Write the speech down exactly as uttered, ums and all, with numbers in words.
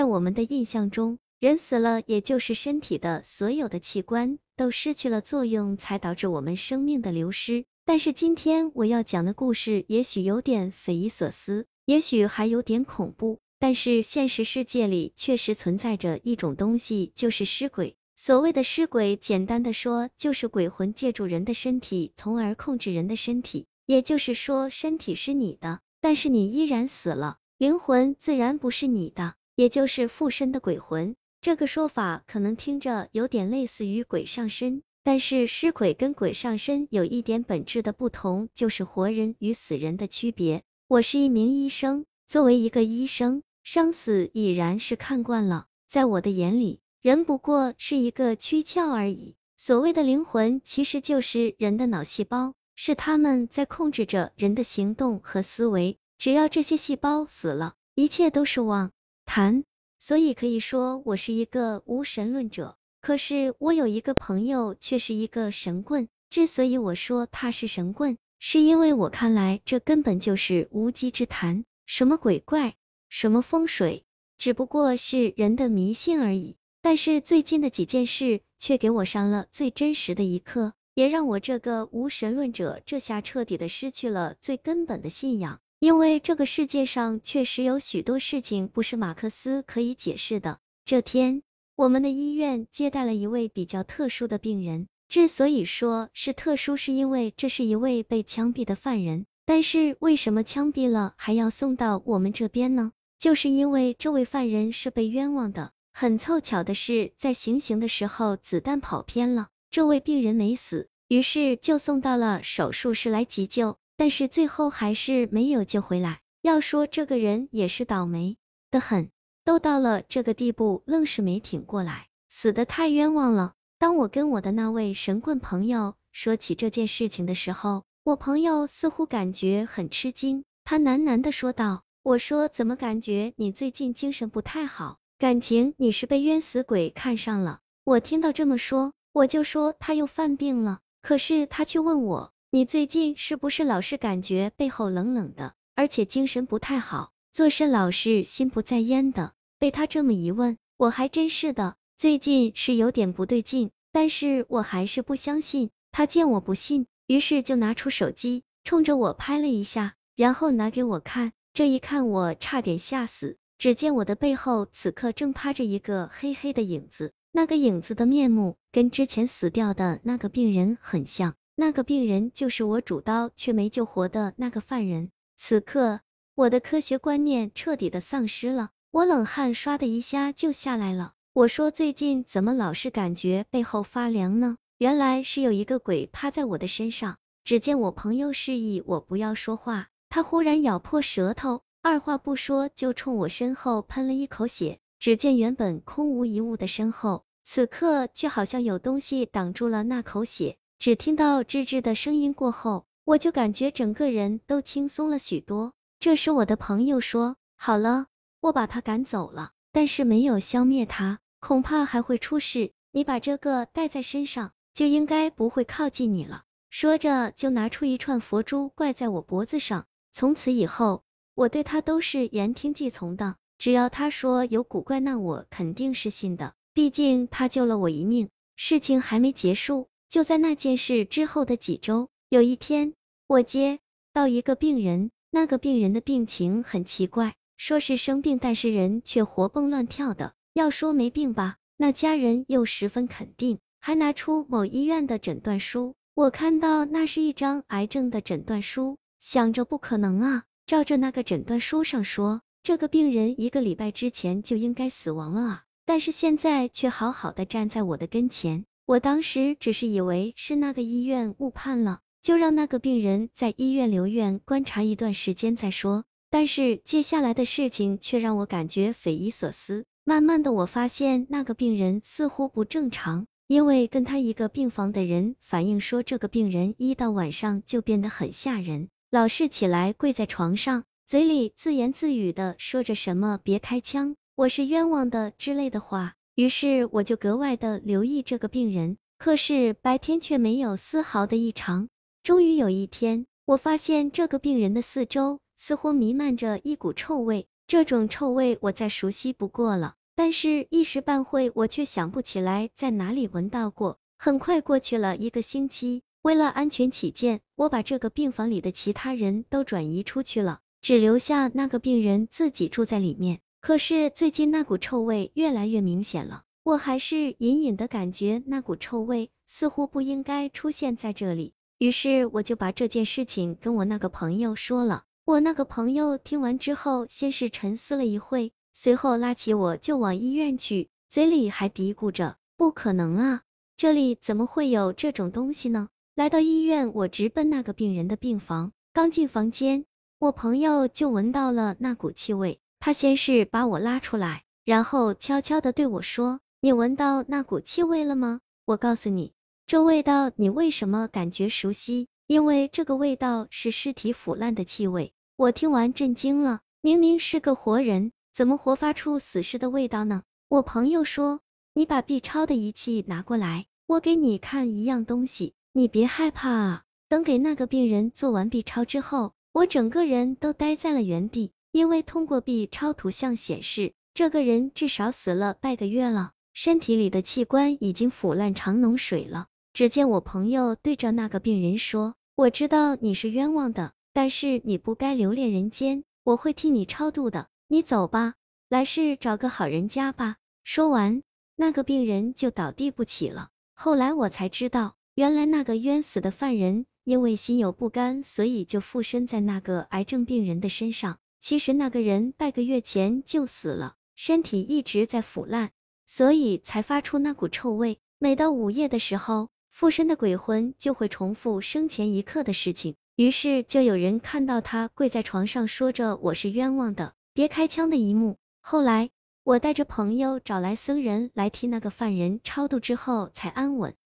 在我们的印象中，人死了也就是身体的所有的器官都失去了作用，才导致我们生命的流失。但是今天我要讲的故事也许有点匪夷所思，也许还有点恐怖，但是现实世界里确实存在着一种东西，就是尸鬼。所谓的尸鬼，简单的说，就是鬼魂借助人的身体，从而控制人的身体。也就是说，身体是你的，但是你依然死了，灵魂自然不是你的，也就是附身的鬼魂。这个说法可能听着有点类似于鬼上身，但是尸鬼跟鬼上身有一点本质的不同，就是活人与死人的区别。我是一名医生，作为一个医生，生死已然是看惯了，在我的眼里，人不过是一个躯壳而已。所谓的灵魂，其实就是人的脑细胞，是他们在控制着人的行动和思维。只要这些细胞死了，一切都是妄谈。所以可以说我是一个无神论者。可是我有一个朋友却是一个神棍，之所以我说他是神棍，是因为我看来这根本就是无稽之谈，什么鬼怪，什么风水，只不过是人的迷信而已。但是最近的几件事却给我上了最真实的一课，也让我这个无神论者这下彻底的失去了最根本的信仰。因为这个世界上确实有许多事情不是马克思可以解释的。这天，我们的医院接待了一位比较特殊的病人，之所以说是特殊，是因为这是一位被枪毙的犯人。但是为什么枪毙了还要送到我们这边呢？就是因为这位犯人是被冤枉的。很凑巧的是，在行刑的时候子弹跑偏了，这位病人没死，于是就送到了手术室来急救。但是最后还是没有救回来。要说这个人也是倒霉的很，都到了这个地步，愣是没挺过来，死得太冤枉了。当我跟我的那位神棍朋友说起这件事情的时候，我朋友似乎感觉很吃惊，他喃喃的说道，我说怎么感觉你最近精神不太好，感情你是被冤死鬼看上了。我听到这么说，我就说他又犯病了，可是他却问我，你最近是不是老是感觉背后冷冷的，而且精神不太好，做事老是心不在焉的？被他这么一问，我还真是的，最近是有点不对劲，但是我还是不相信。他见我不信，于是就拿出手机，冲着我拍了一下，然后拿给我看。这一看我差点吓死，只见我的背后此刻正趴着一个黑黑的影子，那个影子的面目跟之前死掉的那个病人很像。那个病人就是我主刀却没救活的那个犯人。此刻，我的科学观念彻底的丧失了，我冷汗唰的一下就下来了。我说最近怎么老是感觉背后发凉呢？原来是有一个鬼趴在我的身上。只见我朋友示意我不要说话，他忽然咬破舌头，二话不说就冲我身后喷了一口血。只见原本空无一物的身后，此刻却好像有东西挡住了那口血。只听到吱吱的声音过后，我就感觉整个人都轻松了许多。这时我的朋友说，好了，我把他赶走了，但是没有消灭他，恐怕还会出事，你把这个带在身上，就应该不会靠近你了。说着就拿出一串佛珠挂在我脖子上。从此以后，我对他都是言听计从的，只要他说有古怪，那我肯定是信的，毕竟他救了我一命。事情还没结束，就在那件事之后的几周，有一天，我接到一个病人，那个病人的病情很奇怪，说是生病，但是人却活蹦乱跳的。要说没病吧，那家人又十分肯定，还拿出某医院的诊断书。我看到那是一张癌症的诊断书，想着不可能啊，照着那个诊断书上说，这个病人一个礼拜之前就应该死亡了啊，但是现在却好好的站在我的跟前。我当时只是以为是那个医院误判了，就让那个病人在医院留院观察一段时间再说。但是接下来的事情却让我感觉匪夷所思。慢慢的我发现那个病人似乎不正常，因为跟他一个病房的人反映说，这个病人一到晚上就变得很吓人，老是起来跪在床上，嘴里自言自语的说着什么别开枪，我是冤枉的之类的话。于是我就格外的留意这个病人，可是白天却没有丝毫的异常。终于有一天，我发现这个病人的四周似乎弥漫着一股臭味， 这种臭味我再熟悉不过了，但是一时半会我却想不起来在哪里闻到过。很快过去了一个星期，为了安全起见，我把这个病房里的其他人都转移出去了，只留下那个病人自己住在里面。可是最近那股臭味越来越明显了，我还是隐隐的感觉那股臭味似乎不应该出现在这里。于是我就把这件事情跟我那个朋友说了。我那个朋友听完之后，先是沉思了一会，随后拉起我就往医院去，嘴里还嘀咕着，不可能啊，这里怎么会有这种东西呢？来到医院，我直奔那个病人的病房，刚进房间，我朋友就闻到了那股气味，他先是把我拉出来，然后悄悄的对我说，你闻到那股气味了吗？我告诉你，这味道你为什么感觉熟悉？因为这个味道是尸体腐烂的气味。我听完震惊了，明明是个活人，怎么活发出死尸的味道呢？我朋友说，你把 B 超的仪器拿过来，我给你看一样东西，你别害怕啊。等给那个病人做完 B 超之后，我整个人都呆在了原地，因为通过 B 超图像显示，这个人至少死了半个月了，身体里的器官已经腐烂成脓水了。只见我朋友对着那个病人说，我知道你是冤枉的，但是你不该留恋人间，我会替你超度的，你走吧，来世找个好人家吧。说完，那个病人就倒地不起了。后来我才知道，原来那个冤死的犯人因为心有不甘，所以就附身在那个癌症病人的身上。其实那个人半个月前就死了，身体一直在腐烂，所以才发出那股臭味。每到午夜的时候，附身的鬼魂就会重复生前一刻的事情，于是就有人看到他跪在床上说着我是冤枉的，别开枪的一幕。后来我带着朋友找来僧人来替那个犯人超度之后才安稳。